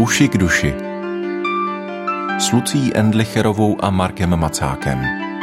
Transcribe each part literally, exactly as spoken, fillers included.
Uši k duši s Lucií Endlicherovou a Markem Macákem.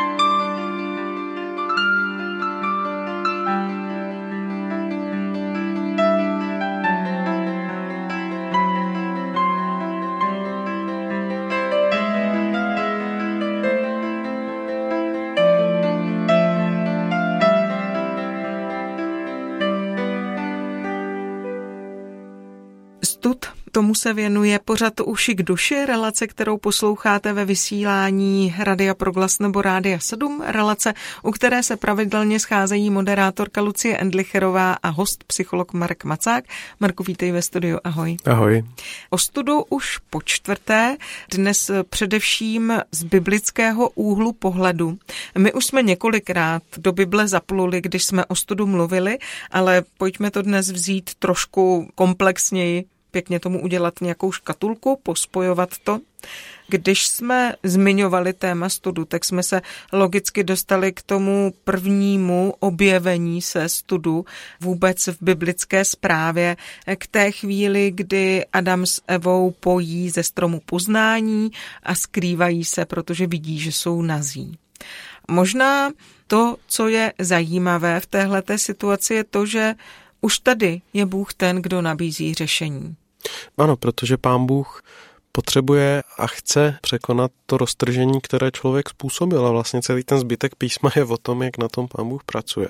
Stud, tomu se věnuje pořad Uši k duši, relace, kterou posloucháte ve vysílání Radia Proglas nebo Rádia sedm, relace, u které se pravidelně scházejí moderátorka Lucie Endlicherová a host psycholog Marek Macák. Marku, vítej ve studiu, ahoj. Ahoj. O studu už po čtvrté, dnes především z biblického úhlu pohledu. My už jsme několikrát do Bible zapluli, když jsme o studu mluvili, ale pojďme to dnes vzít trošku komplexněji, pěkně tomu udělat nějakou škatulku, pospojovat to. Když jsme zmiňovali téma studu, tak jsme se logicky dostali k tomu prvnímu objevení se studu vůbec v biblické zprávě, k té chvíli, kdy Adam s Evou pojí ze stromu poznání a skrývají se, protože vidí, že jsou nazí. Možná to, co je zajímavé v téhleté situaci, je to, že už tady je Bůh ten, kdo nabízí řešení. Ano, protože Pán Bůh potřebuje a chce překonat to roztržení, které člověk způsobil. A vlastně celý ten zbytek písma je o tom, jak na tom Pán Bůh pracuje.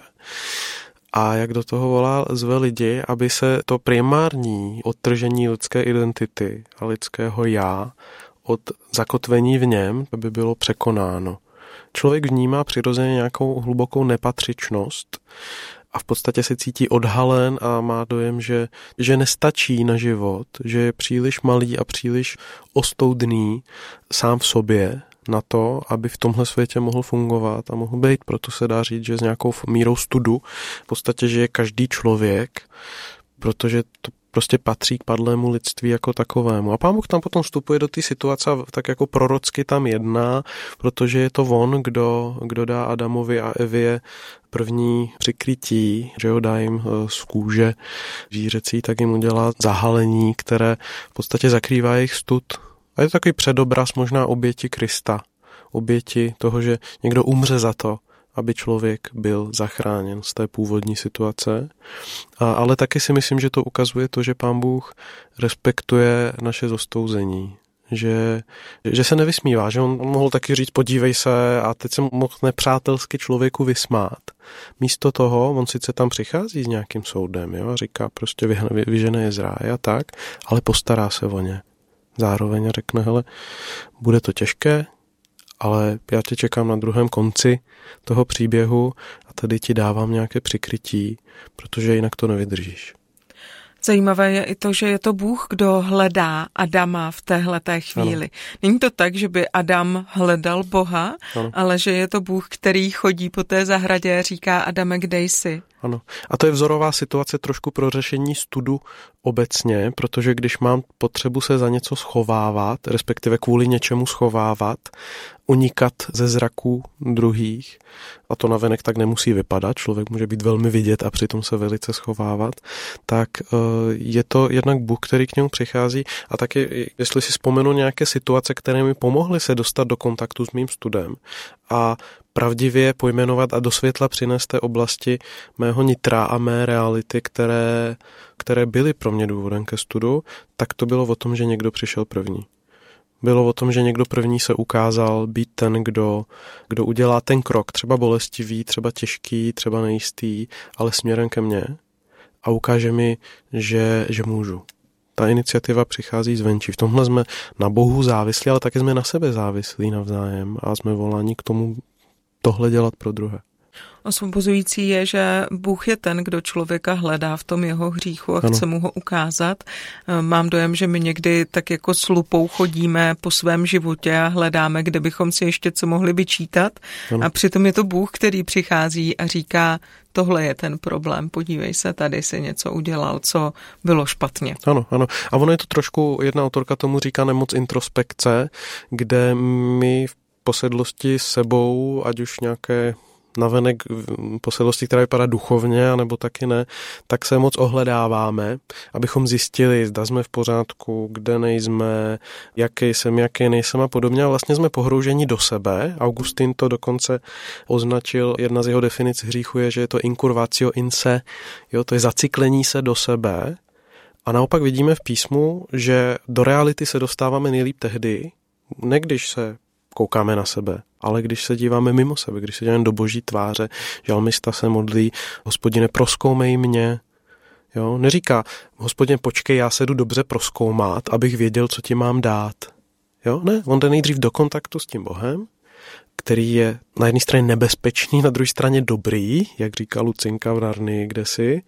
A jak do toho volá, zve lidi, aby se to primární odtržení lidské identity a lidského já od zakotvení v něm, aby bylo překonáno. Člověk vnímá přirozeně nějakou hlubokou nepatřičnost a v podstatě se cítí odhalen a má dojem, že, že nestačí na život, že je příliš malý a příliš ostoudný sám v sobě na to, aby v tomhle světě mohl fungovat a mohl být. Proto se dá říct, že s nějakou mírou studu v podstatě žije každý člověk, protože to prostě patří k padlému lidství jako takovému. A Pán Bůh tam potom vstupuje do té situace a tak jako prorocky tam jedná, protože je to on, kdo, kdo dá Adamovi a Evě první přikrytí, že ho dá jim z kůže zvířecí, tak jim udělá zahalení, které v podstatě zakrývá jejich stud. A je to takový předobraz možná oběti Krista. Oběti toho, že někdo umře za to, aby člověk byl zachráněn z té původní situace. A, ale taky si myslím, že to ukazuje to, že Pán Bůh respektuje naše zostouzení. Že, že se nevysmívá, že on, on mohl taky říct, podívej se, a teď se mohl nepřátelsky člověku vysmát. Místo toho, on sice tam přichází s nějakým soudem, jo, a říká prostě vyžene je z ráje a tak, ale postará se o ně. Zároveň řekne, hele, bude to těžké, ale já tě čekám na druhém konci toho příběhu a tady ti dávám nějaké přikrytí, protože jinak to nevydržíš. Zajímavé je i to, že je to Bůh, kdo hledá Adama v téhleté chvíli. Ano. Není to tak, že by Adam hledal Boha, ano, ale že je to Bůh, který chodí po té zahradě a říká: Adame, kde jsi? Ano. A to je vzorová situace trošku pro řešení studu obecně, protože když mám potřebu se za něco schovávat, respektive kvůli něčemu schovávat, unikat ze zraků druhých, a to navenek tak nemusí vypadat, člověk může být velmi vidět a přitom se velice schovávat, tak je to jednak Bůh, který k němu přichází, a taky, jestli si vzpomenu nějaké situace, které mi pomohly se dostat do kontaktu s mým studem a pravdivě pojmenovat a do světla přinést té oblasti mého nitra a mé reality, které, které byly pro mě důvodem ke studu, tak to bylo o tom, že někdo přišel první. Bylo o tom, že někdo první se ukázal být ten, kdo, kdo udělá ten krok, třeba bolestivý, třeba těžký, třeba nejistý, ale směrem ke mně a ukáže mi, že, že můžu. Ta iniciativa přichází zvenčí. V tomhle jsme na Bohu závislí, ale taky jsme na sebe závislí navzájem a jsme voláni k tomu tohle dělat pro druhé. Osvobozující je, že Bůh je ten, kdo člověka hledá v tom jeho hříchu a ano, chce mu ho ukázat. Mám dojem, že my někdy tak jako s lupou chodíme po svém životě a hledáme, kde bychom si ještě co mohli vyčítat. Ano. A přitom je to Bůh, který přichází a říká: tohle je ten problém, podívej se, tady si něco udělal, co bylo špatně. Ano, ano. A ono je to trošku, jedna autorka tomu říká nemoc introspekce, kde my v posedlosti s sebou, ať už nějaké navenek posedlosti, která vypadá duchovně, anebo taky ne, tak se moc ohledáváme, abychom zjistili, zda jsme v pořádku, kde nejsme, jaký jsem, jaký nejsem a podobně. A vlastně jsme pohrouženi do sebe. Augustin to dokonce označil, jedna z jeho definic hříchu je, že je to incurvatio in se, jo, to je zacyklení se do sebe. A naopak vidíme v písmu, že do reality se dostáváme nejlíp tehdy, ne když se koukáme na sebe, ale když se díváme mimo sebe, když se díváme do boží tváře. Žalmista se modlí, Hospodine, prozkoumej mě. Jo? Neříká, Hospodine, počkej, já se jdu dobře prozkoumat, abych věděl, co ti mám dát. Jo? Ne, on jde nejdřív do kontaktu s tím Bohem, který je na jedné straně nebezpečný, na druhé straně dobrý, jak říká Lucinka v Narnii kdesi,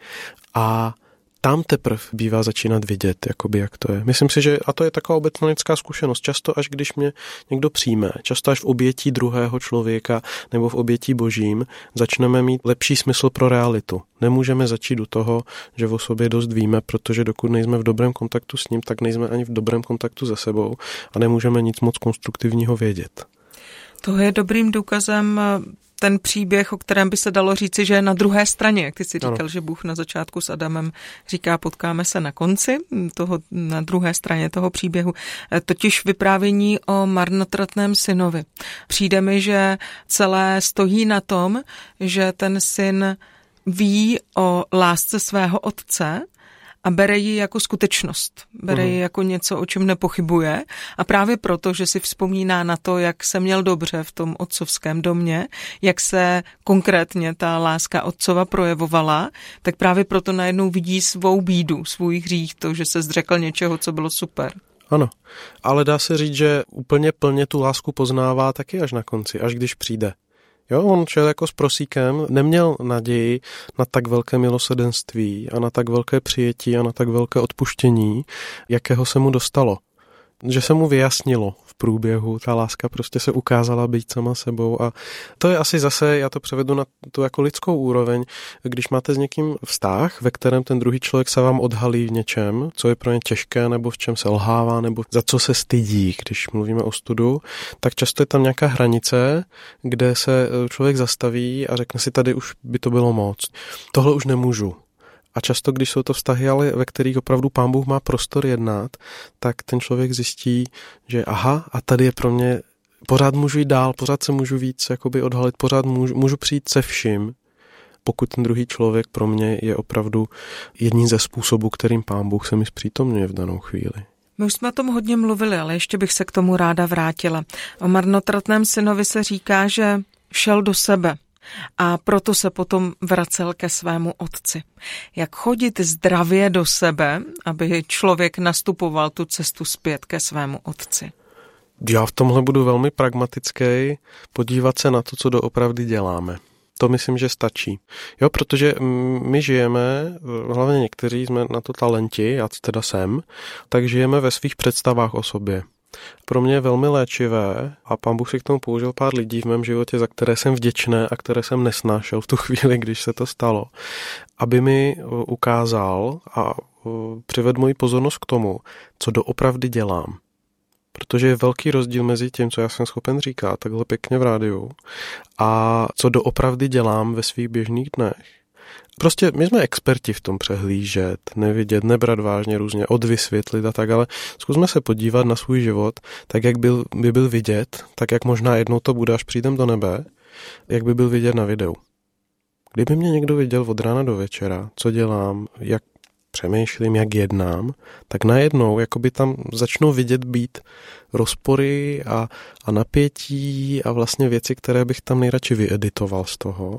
a tam teprve bývá začínat vidět, jakoby, jak to je. Myslím si, že, a to je taková obecná lidská zkušenost, často až když mě někdo přijme, často až v obětí druhého člověka nebo v obětí božím, začneme mít lepší smysl pro realitu. Nemůžeme začít u toho, že o sobě dost víme, protože dokud nejsme v dobrém kontaktu s ním, tak nejsme ani v dobrém kontaktu se sebou a nemůžeme nic moc konstruktivního vědět. To je dobrým důkazem ten příběh, o kterém by se dalo říci, že je na druhé straně, jak ty si říkal, ano. Že Bůh na začátku s Adamem říká, potkáme se na konci, toho, na druhé straně toho příběhu, totiž vyprávění o marnotratném synovi. Přijde mi, že celé stojí na tom, že ten syn ví o lásce svého otce a bere ji jako skutečnost. Bere ji jako něco, o čem nepochybuje. A právě proto, že si vzpomíná na to, jak se měl dobře v tom otcovském domě, jak se konkrétně ta láska otcova projevovala, tak právě proto najednou vidí svou bídu, svůj hřích, to, že se zřekl něčeho, co bylo super. Ano, ale dá se říct, že úplně plně tu lásku poznává taky až na konci, až když přijde. Jo, on šel jako s prosíkem, neměl naději na tak velké milosrdenství a na tak velké přijetí a na tak velké odpuštění, jakého se mu dostalo. Že se mu vyjasnilo v průběhu, ta láska prostě se ukázala být sama sebou a to je asi zase, já to převedu na tu jako lidskou úroveň, když máte s někým vztah, ve kterém ten druhý člověk se vám odhalí v něčem, co je pro ně těžké, nebo v čem se lhává, nebo za co se stydí, když mluvíme o studu, tak často je tam nějaká hranice, kde se člověk zastaví a řekne si, tady už by to bylo moc. Tohle už nemůžu. A často, když jsou to vztahy, ale ve kterých opravdu Pán Bůh má prostor jednat, tak ten člověk zjistí, že aha, a tady je pro mě, pořád můžu jít dál, pořád se můžu víc jakoby odhalit, pořád můžu, můžu přijít se vším, pokud ten druhý člověk pro mě je opravdu jedním ze způsobů, kterým Pán Bůh se mi zpřítomňuje v danou chvíli. My už jsme o tom hodně mluvili, ale ještě bych se k tomu ráda vrátila. O marnotratném synovi se říká, že šel do sebe. A proto se potom vracel ke svému otci. Jak chodit zdravě do sebe, aby člověk nastupoval tu cestu zpět ke svému otci? Já v tomhle budu velmi pragmatický, podívat se na to, co doopravdy děláme. To myslím, že stačí. Jo, protože my žijeme, hlavně někteří jsme na to talenti, já teda jsem, tak žijeme ve svých představách o sobě. Pro mě je velmi léčivé a Pán Bůh si k tomu použil pár lidí v mém životě, za které jsem vděčný a které jsem nesnášel v tu chvíli, když se to stalo, aby mi ukázal a přivedl moji pozornost k tomu, co doopravdy dělám. Protože je velký rozdíl mezi tím, co já jsem schopen říkat takhle pěkně v rádiu a co doopravdy dělám ve svých běžných dnech. Prostě my jsme experti v tom přehlížet, nevidět, nebrat vážně různě, odvysvětlit a tak, ale zkusme se podívat na svůj život, tak jak byl, by byl vidět, tak jak možná jednou to bude, až přijdem do nebe, jak by byl vidět na videu. Kdyby mě někdo viděl od rána do večera, co dělám, jak přemýšlím, jak jednám, tak najednou jakoby tam začnou vidět být rozpory a, a napětí a vlastně věci, které bych tam nejradši vyeditoval z toho.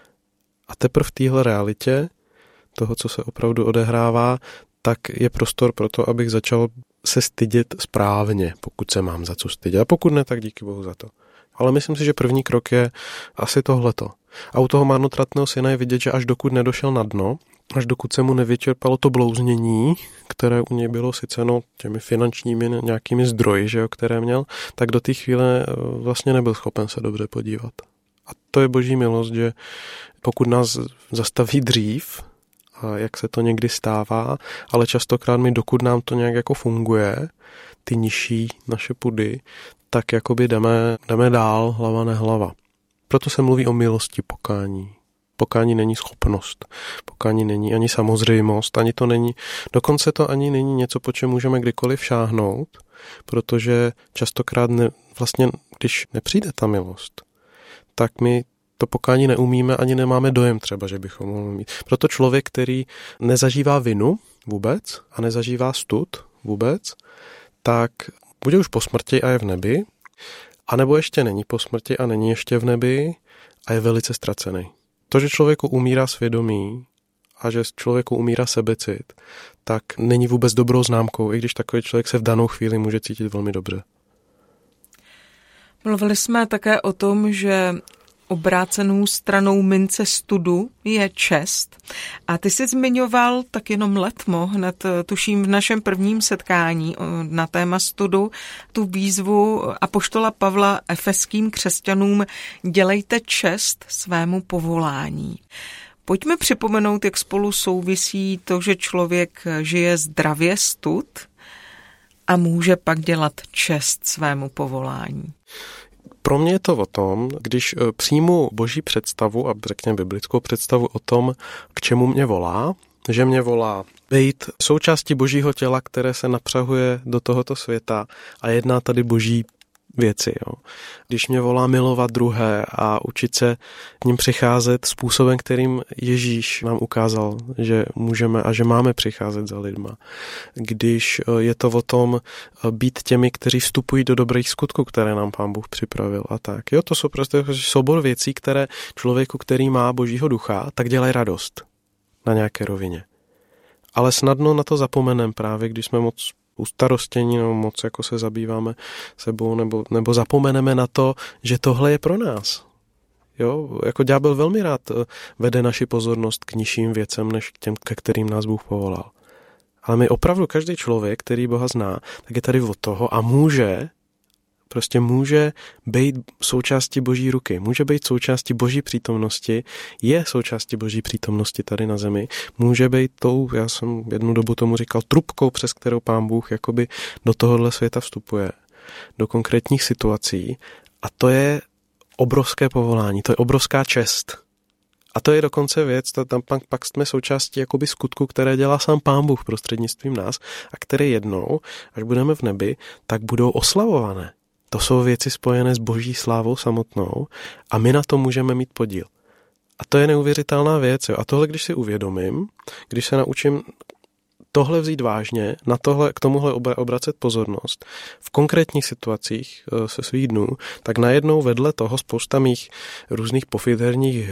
A teprve v téhle realitě toho, co se opravdu odehrává, tak je prostor pro to, abych začal se stydět správně, pokud se mám za co stydět. A pokud ne, tak díky Bohu za to. Ale myslím si, že první krok je asi tohleto. A u toho marnotratného syna je vidět, že až dokud nedošel na dno, až dokud se mu nevyčerpalo to blouznění, které u něj bylo sice no, těmi finančními nějakými zdroji, že jo, které měl, tak do té chvíle vlastně nebyl schopen se dobře podívat. A to je boží milost, že pokud nás zastaví dřív, a jak se to někdy stává, ale častokrát my, dokud nám to nějak jako funguje, ty nižší naše pudy, tak jakoby jdeme, jdeme dál, hlava nehlava. Proto se mluví o milosti pokání. Pokání není schopnost, pokání není ani samozřejmost, ani to není, dokonce to ani není něco, po čem můžeme kdykoliv šáhnout, protože častokrát ne, vlastně, když nepřijde ta milost, tak my to pokání neumíme, ani nemáme dojem třeba, že bychom mohli mít. Proto člověk, který nezažívá vinu vůbec a nezažívá stud vůbec, tak bude už po smrti a je v nebi, anebo ještě není po smrti a není ještě v nebi a je velice ztracený. To, že člověku umírá svědomí a že člověku umírá sebecit, tak není vůbec dobrou známkou, i když takový člověk se v danou chvíli může cítit velmi dobře. Mluvili jsme také o tom, že obrácenou stranou mince studu je čest. A ty jsi zmiňoval tak jenom letmo, hned tuším v našem prvním setkání na téma studu, tu výzvu apoštola Pavla efeským křesťanům: dělejte čest svému povolání. Pojďme připomenout, jak spolu souvisí to, že člověk žije zdravě stud a může pak dělat čest svému povolání. Pro mě je to o tom, když přijmu boží představu a řekněme biblickou představu o tom, k čemu mě volá, že mě volá být součástí božího těla, které se napřahuje do tohoto světa a jedná tady boží věci. Jo. Když mě volá milovat druhé a učit se k ním přicházet způsobem, kterým Ježíš nám ukázal, že můžeme a že máme přicházet za lidma. Když je to o tom být těmi, kteří vstupují do dobrých skutků, které nám Pán Bůh připravil a tak. Jo, to jsou prostě soubor věcí, které člověku, který má božího ducha, tak dělají radost na nějaké rovině. Ale snadno na to zapomeneme právě, když jsme moc ustarostění, no moc jako se zabýváme sebou, nebo, nebo zapomeneme na to, že tohle je pro nás. Jo, jako ďábel velmi rád vede naši pozornost k nižším věcem, než k těm, ke kterým nás Bůh povolal. Ale my opravdu, každý člověk, který Boha zná, tak je tady od toho a může, prostě může být součástí boží ruky, může být součástí boží přítomnosti, je součástí boží přítomnosti tady na zemi, může být tou, já jsem jednu dobu tomu říkal, trubkou, přes kterou Pán Bůh jakoby do tohohle světa vstupuje, do konkrétních situací, a to je obrovské povolání, to je obrovská čest. A to je dokonce věc, to tam pak, pak jsme součástí jakoby skutku, které dělá sám Pán Bůh prostřednictvím nás a které jednou, až budeme v nebi, tak budou oslavované. To jsou věci spojené s boží slávou samotnou a my na to můžeme mít podíl. A to je neuvěřitelná věc. Jo. A tohle, když si uvědomím, když se naučím tohle vzít vážně, na tohle, k tomuhle obracet pozornost v konkrétních situacích se svých dnů, tak najednou vedle toho spousta mých různých pofiderních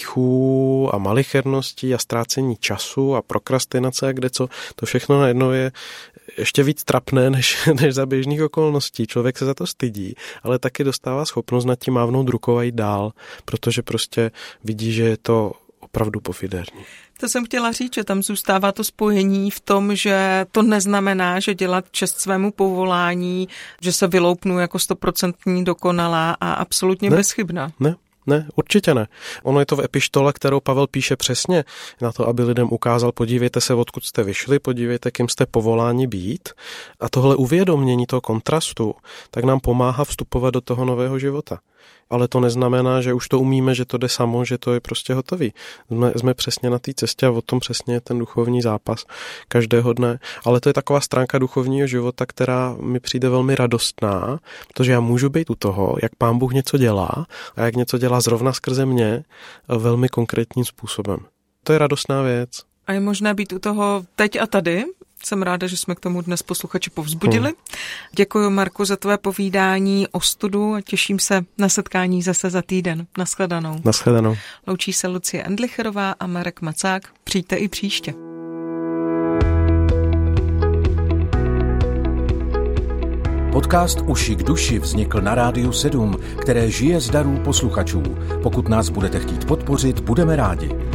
hříchů a malicherností a ztrácení času a prokrastinace a kdeco, to všechno najednou je ještě víc trapné než, než za běžných okolností. Člověk se za to stydí, ale taky dostává schopnost nad tím mávnout rukou a jít dál, protože prostě vidí, že je to opravdu pofiderní. To jsem chtěla říct, že tam zůstává to spojení v tom, že to neznamená, že dělat čest svému povolání, že se vyloupnu jako stoprocentní dokonalá a absolutně ne, bezchybná. Ne, ne, určitě ne. Ono je to v epištole, kterou Pavel píše přesně na to, aby lidem ukázal, podívejte se, odkud jste vyšli, podívejte, kým jste povoláni být. A tohle uvědomění toho kontrastu, tak nám pomáhá vstupovat do toho nového života. Ale to neznamená, že už to umíme, že to jde samo, že to je prostě hotový. Jsme, jsme přesně na té cestě a o tom přesně je ten duchovní zápas každého dne. Ale to je taková stránka duchovního života, která mi přijde velmi radostná, protože já můžu být u toho, jak Pán Bůh něco dělá a jak něco dělá zrovna skrze mě velmi konkrétním způsobem. To je radostná věc. A je možné být u toho teď a tady? Jsem ráda, že jsme k tomu dnes posluchači povzbudili. Hmm. Děkuji, Marku, za tvé povídání o studu a těším se na setkání zase za týden. Naschledanou. Naschledanou. Loučí se Lucie Endlicherová a Marek Macák. Přijďte i příště. Podcast Uši k duši vznikl na Rádiu sedm, které žije z darů posluchačů. Pokud nás budete chtít podpořit, budeme rádi.